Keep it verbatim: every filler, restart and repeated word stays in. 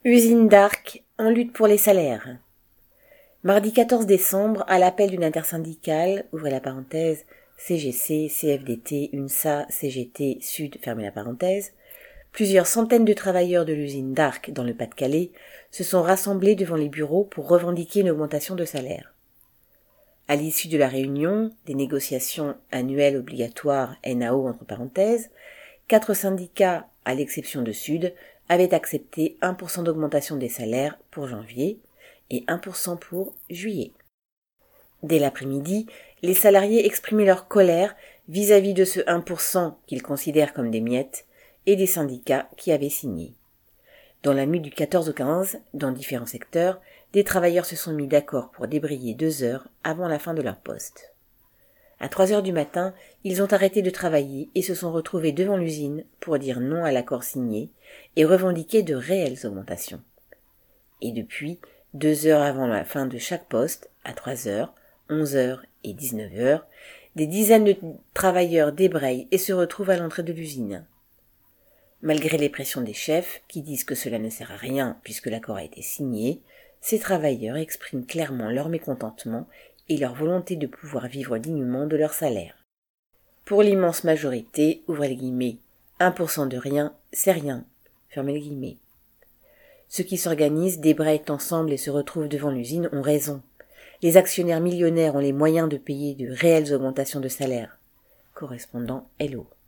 Usine d'Arc en lutte pour les salaires. Mardi quatorze décembre, à l'appel d'une intersyndicale, ouvrez la parenthèse, C G C, C F D T, UNSA, C G T, Sud, fermez la parenthèse, plusieurs centaines de travailleurs de l'usine d'Arc dans le Pas-de-Calais se sont rassemblés devant les bureaux pour revendiquer une augmentation de salaire. À l'issue de la réunion, des négociations annuelles obligatoires N A O entre parenthèses, quatre syndicats, à l'exception de Sud, avaient accepté un pour cent d'augmentation des salaires pour janvier et un pour cent pour juillet. Dès l'après-midi, les salariés exprimaient leur colère vis-à-vis de ce un pour cent qu'ils considèrent comme des miettes et des syndicats qui avaient signé. Dans la nuit du quatorze au quinze, dans différents secteurs, des travailleurs se sont mis d'accord pour débrayer deux heures avant la fin de leur poste. À trois heures du matin, ils ont arrêté de travailler et se sont retrouvés devant l'usine pour dire non à l'accord signé et revendiquer de réelles augmentations. Et depuis, deux heures avant la fin de chaque poste, à trois heures, onze heures et dix-neuf heures, des dizaines de travailleurs débrayent et se retrouvent à l'entrée de l'usine. Malgré les pressions des chefs, qui disent que cela ne sert à rien puisque l'accord a été signé, ces travailleurs expriment clairement leur mécontentement et leur volonté de pouvoir vivre dignement de leur salaire. Pour l'immense majorité, ouvrez les guillemets, un pour cent de rien, c'est rien, fermez les guillemets. Ceux qui s'organisent, débrayent ensemble et se retrouvent devant l'usine ont raison. Les actionnaires millionnaires ont les moyens de payer de réelles augmentations de salaire. Correspondant L O.